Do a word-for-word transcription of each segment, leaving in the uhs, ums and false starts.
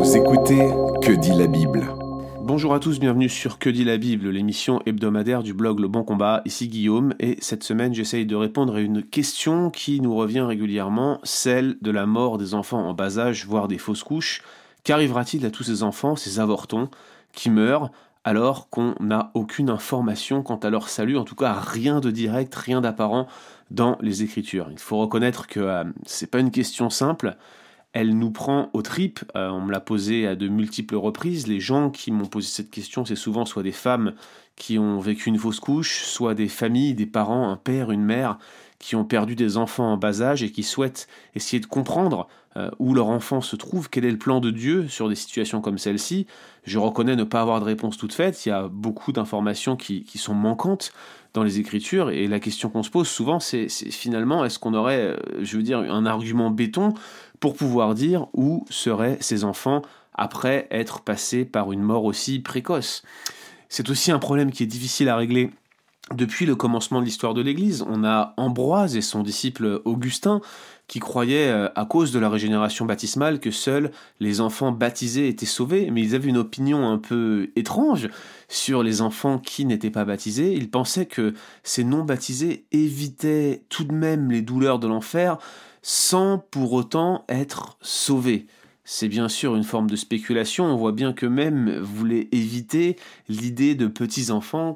Vous écoutez Que dit la Bible ? Bonjour à tous, bienvenue sur Que dit la Bible, l'émission hebdomadaire du blog Le Bon Combat. Ici Guillaume, et cette semaine j'essaye de répondre à une question qui nous revient régulièrement, celle de la mort des enfants en bas âge, voire des fausses couches. Qu'arrivera-t-il à tous ces enfants, ces avortons, qui meurent alors qu'on n'a aucune information quant à leur salut, en tout cas rien de direct, rien d'apparent dans les Écritures. Il faut reconnaître que euh, c'est pas une question simple. Elle nous prend aux tripes, euh, on me l'a posé à de multiples reprises. Les gens qui m'ont posé cette question, c'est souvent soit des femmes qui ont vécu une fausse couche, soit des familles, des parents, un père, une mère, qui ont perdu des enfants en bas âge et qui souhaitent essayer de comprendre euh, où leur enfant se trouve, quel est le plan de Dieu sur des situations comme celle-ci. Je reconnais ne pas avoir de réponse toute faite, il y a beaucoup d'informations qui, qui sont manquantes dans les Écritures, et la question qu'on se pose souvent, c'est, c'est finalement, est-ce qu'on aurait, euh, je veux dire, un argument béton pour pouvoir dire où seraient ces enfants après être passés par une mort aussi précoce. C'est aussi un problème qui est difficile à régler depuis le commencement de l'histoire de l'Église. On a Ambroise et son disciple Augustin qui croyaient, à cause de la régénération baptismale, que seuls les enfants baptisés étaient sauvés, mais ils avaient une opinion un peu étrange sur les enfants qui n'étaient pas baptisés. Ils pensaient que ces non-baptisés évitaient tout de même les douleurs de l'enfer sans pour autant être sauvés. C'est bien sûr une forme de spéculation, on voit bien qu'eux-mêmes voulaient éviter l'idée de petits-enfants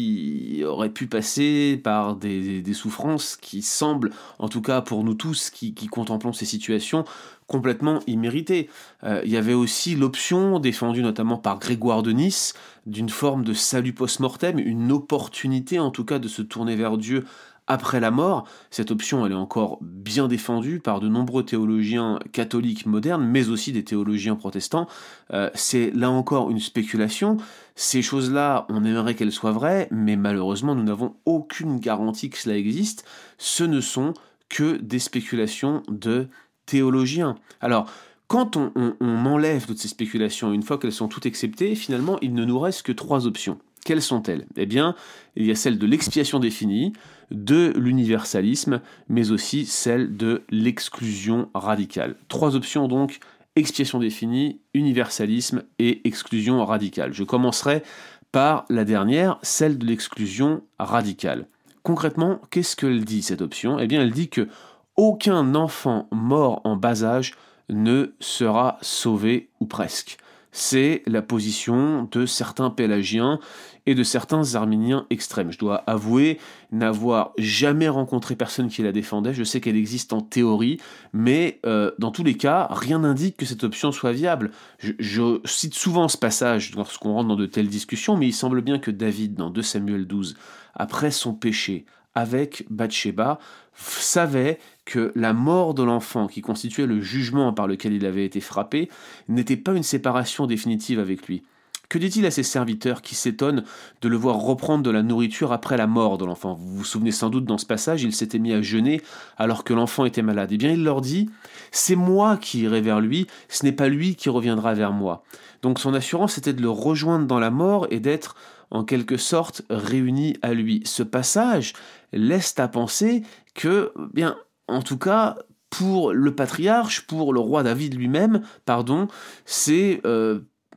qui auraient pu passer par des, des souffrances qui semblent, en tout cas pour nous tous qui, qui contemplons ces situations, complètement imméritées. Euh, il y avait aussi l'option, défendue notamment par Grégoire de Nice, d'une forme de salut post-mortem, une opportunité en tout cas de se tourner vers Dieu après la mort. Cette option, elle est encore bien défendue par de nombreux théologiens catholiques modernes, mais aussi des théologiens protestants. Euh, c'est là encore une spéculation. Ces choses-là, on aimerait qu'elles soient vraies, mais malheureusement, nous n'avons aucune garantie que cela existe. Ce ne sont que des spéculations de théologiens. Alors, quand on, on, on enlève toutes ces spéculations, une fois qu'elles sont toutes acceptées, finalement, il ne nous reste que trois options. Quelles sont-elles ? Eh bien, il y a celle de l'expiation définie, de l'universalisme, mais aussi celle de l'exclusion radicale. Trois options donc, expiation définie, universalisme et exclusion radicale. Je commencerai par la dernière, celle de l'exclusion radicale. Concrètement, qu'est-ce qu'elle dit cette option ? Eh bien, elle dit que aucun enfant mort en bas âge ne sera sauvé ou presque. C'est la position de certains pélagiens et de certains arméniens extrêmes. Je dois avouer n'avoir jamais rencontré personne qui la défendait. Je sais qu'elle existe en théorie, mais euh, dans tous les cas, rien n'indique que cette option soit viable. Je, je cite souvent ce passage lorsqu'on rentre dans de telles discussions, mais il semble bien que David, dans deux Samuel douze, après son péché avec Bathsheba, savait que la mort de l'enfant, qui constituait le jugement par lequel il avait été frappé, n'était pas une séparation définitive avec lui. Que dit-il à ses serviteurs qui s'étonnent de le voir reprendre de la nourriture après la mort de l'enfant ? Vous vous souvenez sans doute dans ce passage, il s'était mis à jeûner alors que l'enfant était malade. Eh bien, il leur dit « C'est moi qui irai vers lui, ce n'est pas lui qui reviendra vers moi. » Donc son assurance était de le rejoindre dans la mort et d'être en quelque sorte réuni à lui. Ce passage laisse à penser que, bien, en tout cas, pour le patriarche, pour le roi David lui-même, pardon, c'est, euh,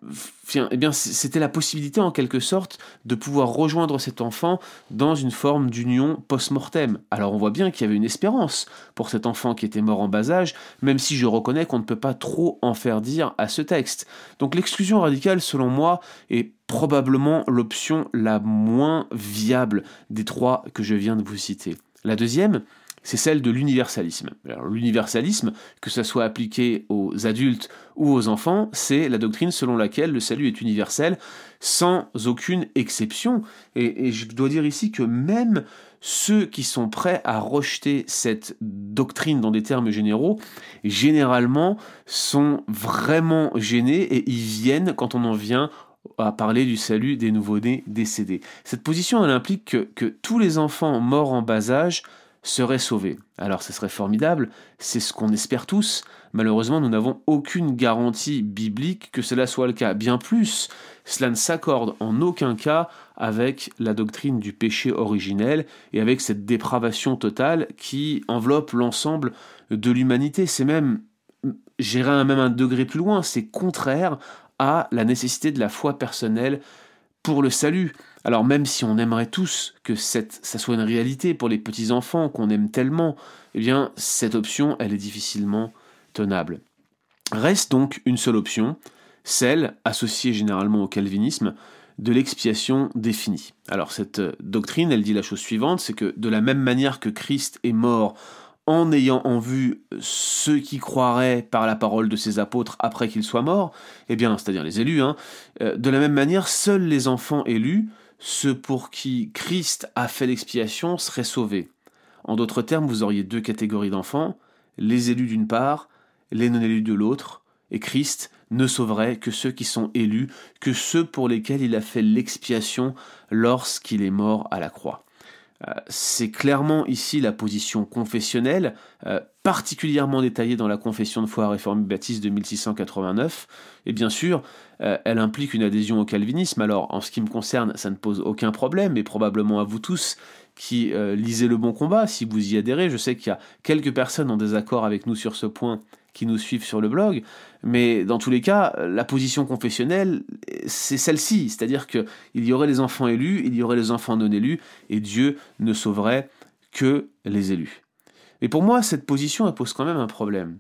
eh bien, c'était la possibilité en quelque sorte de pouvoir rejoindre cet enfant dans une forme d'union post-mortem. Alors on voit bien qu'il y avait une espérance pour cet enfant qui était mort en bas âge, même si je reconnais qu'on ne peut pas trop en faire dire à ce texte. Donc l'exclusion radicale, selon moi, est probablement l'option la moins viable des trois que je viens de vous citer. La deuxième, c'est celle de l'universalisme. Alors, l'universalisme, que ça soit appliqué aux adultes ou aux enfants, c'est la doctrine selon laquelle le salut est universel, sans aucune exception. Et, et je dois dire ici que même ceux qui sont prêts à rejeter cette doctrine dans des termes généraux, généralement sont vraiment gênés et ils viennent quand on en vient à parler du salut des nouveau-nés décédés. Cette position, elle implique que, que tous les enfants morts en bas âge seraient sauvés. Alors, ce serait formidable, c'est ce qu'on espère tous. Malheureusement, nous n'avons aucune garantie biblique que cela soit le cas. Bien plus, cela ne s'accorde en aucun cas avec la doctrine du péché originel et avec cette dépravation totale qui enveloppe l'ensemble de l'humanité. C'est même j'irai même un degré plus loin, c'est contraire à la nécessité de la foi personnelle pour le salut. Alors même si on aimerait tous que cette, ça soit une réalité pour les petits-enfants qu'on aime tellement, eh bien cette option, elle est difficilement tenable. Reste donc une seule option, celle, associée généralement au calvinisme, de l'expiation définie. Alors cette doctrine, elle dit la chose suivante, c'est que de la même manière que Christ est mort en ayant en vue ceux qui croiraient par la parole de ses apôtres après qu'il soit mort, eh bien, c'est-à-dire les élus, hein, de la même manière, seuls les enfants élus, ceux pour qui Christ a fait l'expiation, seraient sauvés. En d'autres termes, vous auriez deux catégories d'enfants, les élus d'une part, les non-élus de l'autre, et Christ ne sauverait que ceux qui sont élus, que ceux pour lesquels il a fait l'expiation lorsqu'il est mort à la croix. Euh, c'est clairement ici la position confessionnelle, euh, particulièrement détaillée dans la Confession de foi réformée baptiste de mille six cent quatre-vingt-neuf, et bien sûr, euh, elle implique une adhésion au calvinisme. Alors, en ce qui me concerne, ça ne pose aucun problème, et probablement à vous tous qui euh, lisez Le Bon Combat, si vous y adhérez. Je sais qu'il y a quelques personnes en désaccord avec nous sur ce point, qui nous suivent sur le blog, mais dans tous les cas, la position confessionnelle, c'est celle-ci, c'est-à-dire qu'il y aurait les enfants élus, il y aurait les enfants non élus, et Dieu ne sauverait que les élus. Mais pour moi, cette position, elle pose quand même un problème.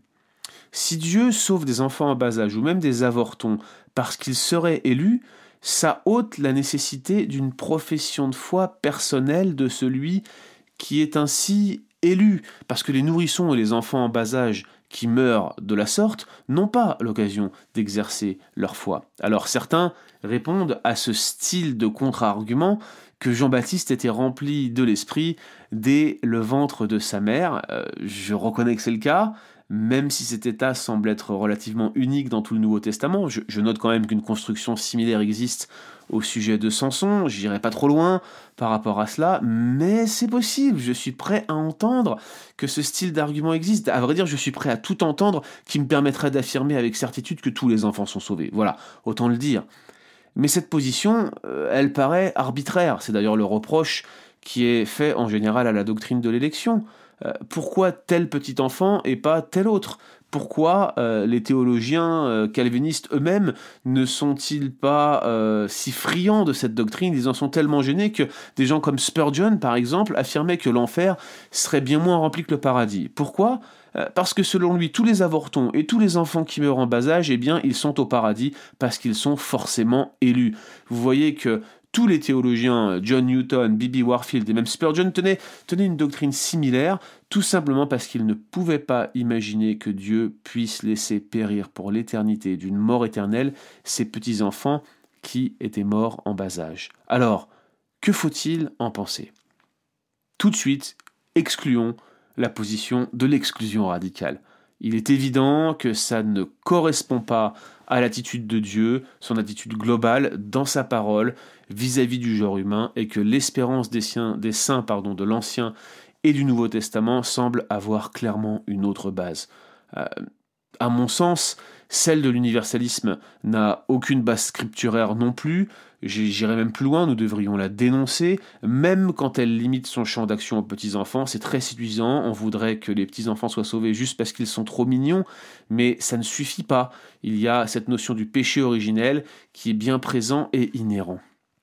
Si Dieu sauve des enfants en bas âge, ou même des avortons, parce qu'ils seraient élus, ça ôte la nécessité d'une profession de foi personnelle de celui qui est ainsi élu, parce que les nourrissons et les enfants en bas âge qui meurent de la sorte n'ont pas l'occasion d'exercer leur foi. Alors certains répondent à ce style de contre-argument que Jean-Baptiste était rempli de l'esprit dès le ventre de sa mère. Euh, je reconnais que c'est le cas, même si cet état semble être relativement unique dans tout le Nouveau Testament. Je, je note quand même qu'une construction similaire existe au sujet de Samson, j'irai pas trop loin par rapport à cela, mais c'est possible, je suis prêt à entendre que ce style d'argument existe. À vrai dire, je suis prêt à tout entendre qui me permettrait d'affirmer avec certitude que tous les enfants sont sauvés. Voilà, autant le dire. Mais cette position, euh, elle paraît arbitraire. C'est d'ailleurs le reproche qui est fait en général à la doctrine de l'élection. Euh, pourquoi tel petit enfant et pas tel autre ? Pourquoi euh, les théologiens euh, calvinistes eux-mêmes ne sont-ils pas euh, si friands de cette doctrine ? Ils en sont tellement gênés que des gens comme Spurgeon, par exemple, affirmaient que l'enfer serait bien moins rempli que le paradis. Pourquoi ? euh, Parce que selon lui, tous les avortons et tous les enfants qui meurent en bas âge, eh bien, ils sont au paradis parce qu'ils sont forcément élus. Vous voyez que tous les théologiens, John Newton, B B Warfield et même Spurgeon, tenaient, tenaient une doctrine similaire, tout simplement parce qu'ils ne pouvaient pas imaginer que Dieu puisse laisser périr pour l'éternité d'une mort éternelle ses petits-enfants qui étaient morts en bas âge. Alors, que faut-il en penser ? Tout de suite, excluons la position de l'exclusion radicale. Il est évident que ça ne correspond pas à l'attitude de Dieu, son attitude globale dans sa parole vis-à-vis du genre humain, et que l'espérance des, siens, des saints pardon, de l'Ancien et du Nouveau Testament semble avoir clairement une autre base. Euh, à mon sens, celle de l'universalisme n'a aucune base scripturaire non plus. J'irai même plus loin, nous devrions la dénoncer, même quand elle limite son champ d'action aux petits-enfants. C'est très séduisant, on voudrait que les petits-enfants soient sauvés juste parce qu'ils sont trop mignons, mais ça ne suffit pas. Il y a cette notion du péché originel qui est bien présent et inhérent.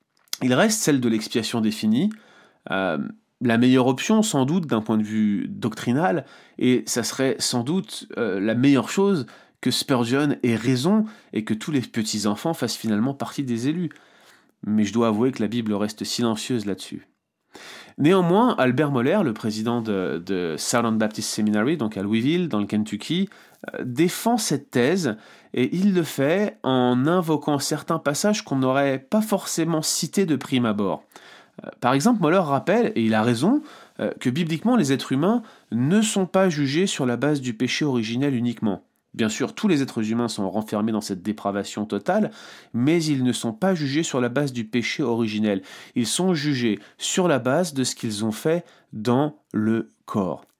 Il reste celle de l'expiation définie, euh, la meilleure option sans doute d'un point de vue doctrinal, et ça serait sans doute euh, la meilleure chose que Spurgeon ait raison et que tous les petits-enfants fassent finalement partie des élus. Mais je dois avouer que la Bible reste silencieuse là-dessus. Néanmoins, Albert Moller, le président de, de Southern Baptist Seminary, donc à Louisville, dans le Kentucky, euh, défend cette thèse, et il le fait en invoquant certains passages qu'on n'aurait pas forcément cités de prime abord. Euh, par exemple, Moller rappelle, et il a raison, euh, que bibliquement les êtres humains ne sont pas jugés sur la base du péché originel uniquement. Bien sûr, tous les êtres humains sont renfermés dans cette dépravation totale, mais ils ne sont pas jugés sur la base du péché originel. Ils sont jugés sur la base de ce qu'ils ont fait dans le corps.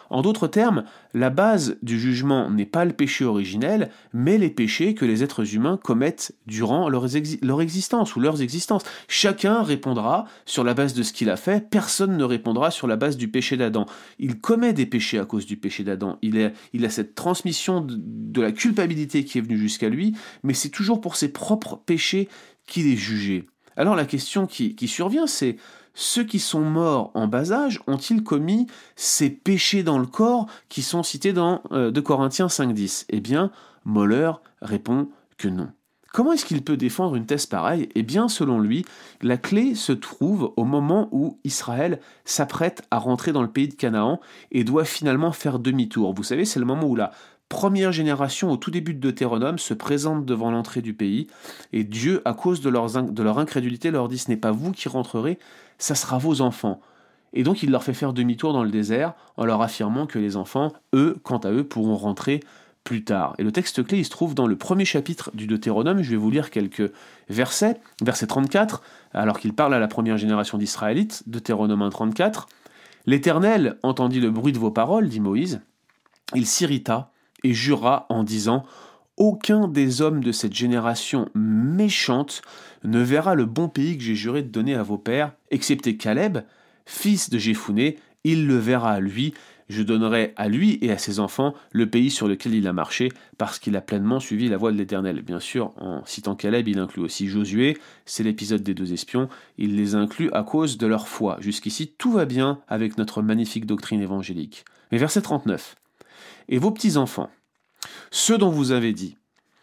En d'autres termes, la base du jugement n'est pas le péché originel, mais les péchés que les êtres humains commettent durant leur, exi- leur existence ou leurs existences. Chacun répondra sur la base de ce qu'il a fait, personne ne répondra sur la base du péché d'Adam. Il commet des péchés à cause du péché d'Adam, il, est, il a cette transmission de, de la culpabilité qui est venue jusqu'à lui, mais c'est toujours pour ses propres péchés qu'il est jugé. Alors la question qui, qui survient, c'est ceux qui sont morts en bas âge ont-ils commis ces péchés dans le corps qui sont cités dans euh, deux Corinthiens cinq dix ? Eh bien, Moller répond que non. Comment est-ce qu'il peut défendre une thèse pareille ? Eh bien, selon lui, la clé se trouve au moment où Israël s'apprête à rentrer dans le pays de Canaan et doit finalement faire demi-tour. Vous savez, c'est le moment où la première génération, au tout début de Deutéronome, se présente devant l'entrée du pays, et Dieu, à cause de, leurs, de leur incrédulité, leur dit « Ce n'est pas vous qui rentrerez, ça sera vos enfants ». Et donc il leur fait faire demi-tour dans le désert, en leur affirmant que les enfants, eux, quant à eux, pourront rentrer plus tard. Et le texte clé, il se trouve dans le premier chapitre du Deutéronome. Je vais vous lire quelques versets. Verset trente-quatre, alors qu'il parle à la première génération d'Israélites, Deutéronome un trente-quatre. « L'Éternel entendit le bruit de vos paroles, dit Moïse. Il s'irrita et jura en disant « Aucun des hommes de cette génération méchante ne verra le bon pays que j'ai juré de donner à vos pères, excepté Caleb, fils de Jéphuné, il le verra à lui. Je donnerai à lui et à ses enfants le pays sur lequel il a marché, parce qu'il a pleinement suivi la voie de l'Éternel. » Bien sûr, en citant Caleb, il inclut aussi Josué, c'est l'épisode des deux espions, il les inclut à cause de leur foi. Jusqu'ici, tout va bien avec notre magnifique doctrine évangélique. Mais verset trente-neuf. « Et vos petits-enfants, ceux dont vous avez dit,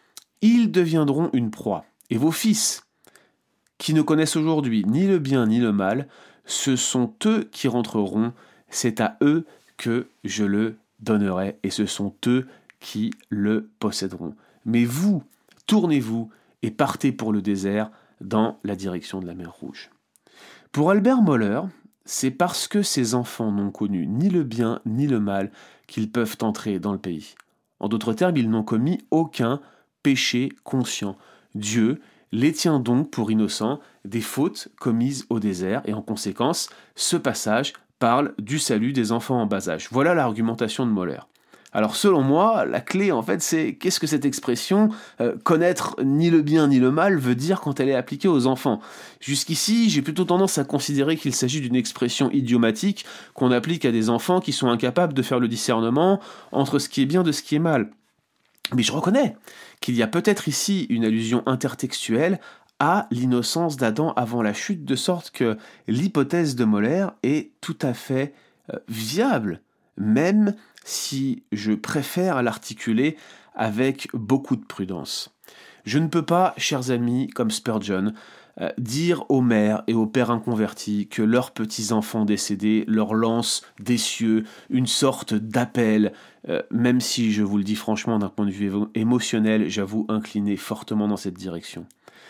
ils deviendront une proie, et vos fils, qui ne connaissent aujourd'hui ni le bien ni le mal, ce sont eux qui rentreront, c'est à eux que je le donnerai, et ce sont eux qui le posséderont. Mais vous, tournez-vous et partez pour le désert dans la direction de la mer Rouge. » Pour Albert Moller, c'est parce que ces enfants n'ont connu ni le bien ni le mal qu'ils peuvent entrer dans le pays. En d'autres termes, ils n'ont commis aucun péché conscient. Dieu les tient donc pour innocents des fautes commises au désert, et en conséquence, ce passage parle du salut des enfants en bas âge. Voilà l'argumentation de Moller. Alors selon moi, la clé en fait c'est qu'est-ce que cette expression euh, « connaître ni le bien ni le mal » veut dire quand elle est appliquée aux enfants. Jusqu'ici, j'ai plutôt tendance à considérer qu'il s'agit d'une expression idiomatique qu'on applique à des enfants qui sont incapables de faire le discernement entre ce qui est bien de ce qui est mal. Mais je reconnais qu'il y a peut-être ici une allusion intertextuelle à l'innocence d'Adam avant la chute, de sorte que l'hypothèse de Moller est tout à fait euh, viable, même si je préfère l'articuler avec beaucoup de prudence. Je ne peux pas, chers amis, comme Spurgeon, euh, dire aux mères et aux pères inconvertis que leurs petits-enfants décédés leur lancent des cieux une sorte d'appel, euh, même si, je vous le dis franchement, d'un point de vue évo- émotionnel, j'avoue incliner fortement dans cette direction.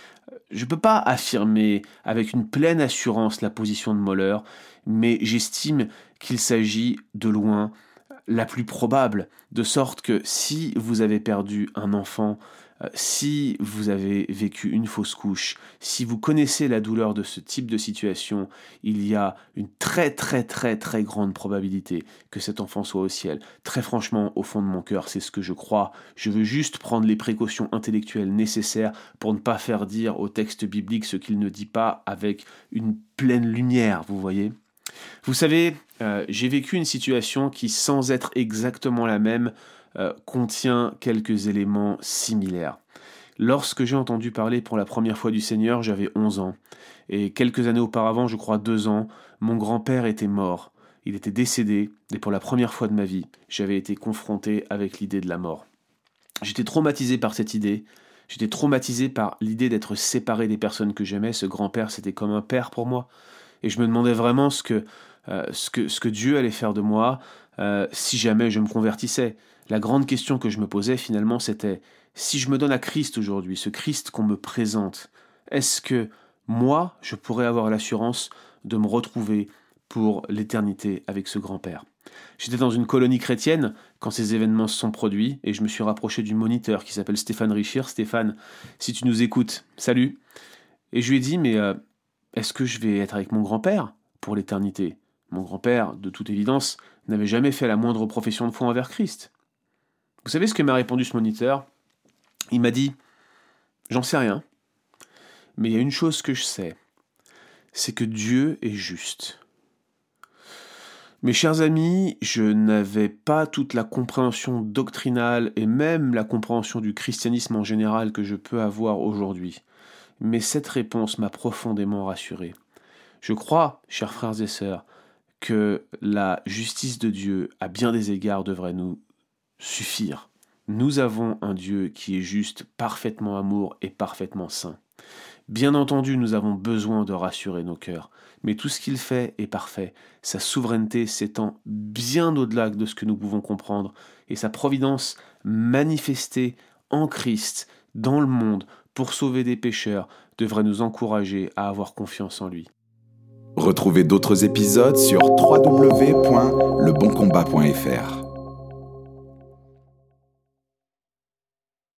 Je ne peux pas affirmer avec une pleine assurance la position de Moller, mais j'estime qu'il s'agit de loin la plus probable, de sorte que si vous avez perdu un enfant, euh, si vous avez vécu une fausse couche, si vous connaissez la douleur de ce type de situation, il y a une très très très très grande probabilité que cet enfant soit au ciel. Très franchement, au fond de mon cœur, c'est ce que je crois. Je veux juste prendre les précautions intellectuelles nécessaires pour ne pas faire dire au texte biblique ce qu'il ne dit pas avec une pleine lumière, vous voyez ? Vous savez, euh, j'ai vécu une situation qui, sans être exactement la même, euh, contient quelques éléments similaires. Lorsque j'ai entendu parler pour la première fois du Seigneur, j'avais onze ans. Et quelques années auparavant, je crois deux ans, mon grand-père était mort. Il était décédé, et pour la première fois de ma vie, j'avais été confronté avec l'idée de la mort. J'étais traumatisé par cette idée. J'étais traumatisé par l'idée d'être séparé des personnes que j'aimais. Ce grand-père, c'était comme un père pour moi. Et je me demandais vraiment ce que, euh, ce que, ce que Dieu allait faire de moi euh, si jamais je me convertissais. La grande question que je me posais finalement, c'était si je me donne à Christ aujourd'hui, ce Christ qu'on me présente, est-ce que moi, je pourrais avoir l'assurance de me retrouver pour l'éternité avec ce grand-père ? J'étais dans une colonie chrétienne quand ces événements se sont produits et je me suis rapproché du moniteur qui s'appelle Stéphane Richir. Stéphane, si tu nous écoutes, salut. Et je lui ai dit, mais... Euh, Est-ce que je vais être avec mon grand-père pour l'éternité ? Mon grand-père, de toute évidence, n'avait jamais fait la moindre profession de foi envers Christ. Vous savez ce que m'a répondu ce moniteur ? Il m'a dit « J'en sais rien, mais il y a une chose que je sais, c'est que Dieu est juste. » Mes chers amis, je n'avais pas toute la compréhension doctrinale et même la compréhension du christianisme en général que je peux avoir aujourd'hui. Mais cette réponse m'a profondément rassuré. Je crois, chers frères et sœurs, que la justice de Dieu, à bien des égards, devrait nous suffire. Nous avons un Dieu qui est juste, parfaitement amour et parfaitement saint. Bien entendu, nous avons besoin de rassurer nos cœurs, mais tout ce qu'il fait est parfait. Sa souveraineté s'étend bien au-delà de ce que nous pouvons comprendre, et sa providence manifestée en Christ, dans le monde, pour sauver des pécheurs, devrait nous encourager à avoir confiance en lui. Retrouvez d'autres épisodes sur w w w point le bon combat point f r.